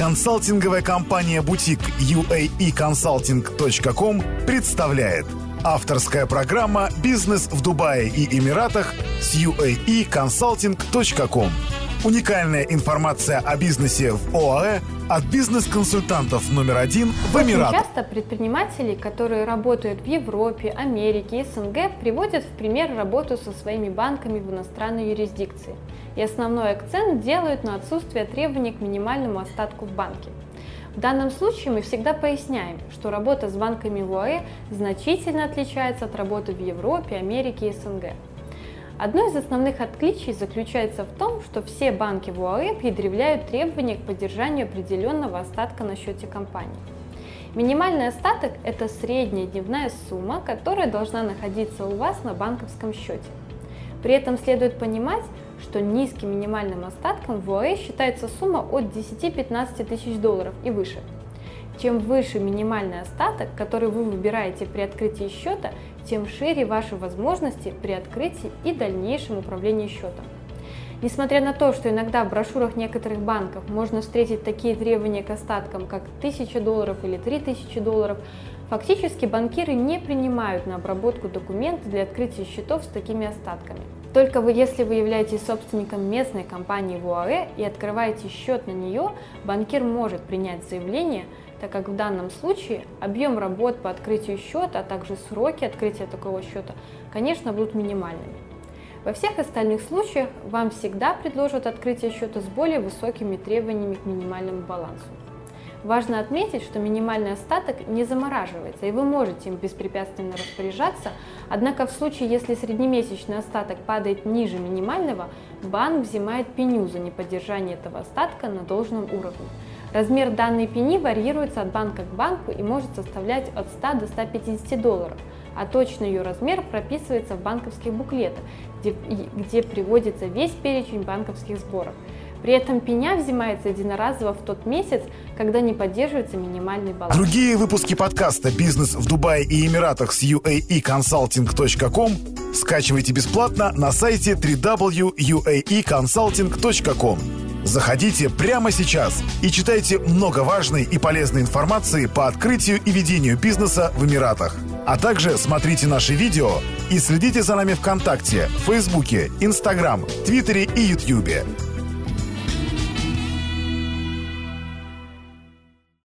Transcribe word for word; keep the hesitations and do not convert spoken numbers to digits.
Консалтинговая компания «Бутик» ю эй и консалтинг точка ком представляет авторская программа «Бизнес в Дубае и Эмиратах» с ю эй и консалтинг точка ком. Уникальная информация о бизнесе в ОАЭ от бизнес-консультантов номер один в Эмиратах. Очень часто предприниматели, которые работают в Европе, Америке, СНГ, приводят в пример работу со своими банками в иностранной юрисдикции. И основной акцент делают на отсутствие требований к минимальному остатку в банке. В данном случае мы всегда поясняем, что работа с банками в ОАЭ значительно отличается от работы в Европе, Америке и СНГ. Одно из основных отличий заключается в том, что все банки в ОАЭ предъявляют требования к поддержанию определенного остатка на счете компании. Минимальный остаток – это средняя дневная сумма, которая должна находиться у вас на банковском счете. При этом следует понимать, что низким минимальным остатком в ОАЭ считается сумма от десяти-пятнадцати тысяч долларов и выше. Чем выше минимальный остаток, который вы выбираете при открытии счета, тем шире ваши возможности при открытии и дальнейшем управлении счетом. Несмотря на то, что иногда в брошюрах некоторых банков можно встретить такие требования к остаткам, как тысяча долларов или три тысячи долларов, фактически банкиры не принимают на обработку документы для открытия счетов с такими остатками. Только вы, если вы являетесь собственником местной компании в ОАЭ и открываете счет на нее, банкир может принять заявление, так как в данном случае объем работ по открытию счета, а также сроки открытия такого счета, конечно, будут минимальными. Во всех остальных случаях вам всегда предложат открытие счета с более высокими требованиями к минимальному балансу. Важно отметить, что минимальный остаток не замораживается, и вы можете им беспрепятственно распоряжаться, однако в случае, если среднемесячный остаток падает ниже минимального, банк взимает пеню за неподдержание этого остатка на должном уровне. Размер данной пени варьируется от банка к банку и может составлять от ста до ста пятидесяти долларов, а точный ее размер прописывается в банковских буклетах, где, где приводится весь перечень банковских сборов. При этом пеня взимается единоразово в тот месяц, когда не поддерживается минимальный баланс. Другие выпуски подкаста «Бизнес в Дубае и Эмиратах» с ю эй и консалтинг точка ком скачивайте бесплатно на сайте дабл ю дабл ю дабл ю точка ю эй и консалтинг точка ком. Заходите прямо сейчас и читайте много важной и полезной информации по открытию и ведению бизнеса в Эмиратах. А также смотрите наши видео и следите за нами ВКонтакте, Фейсбуке, Инстаграм, Твиттере и Ютьюбе.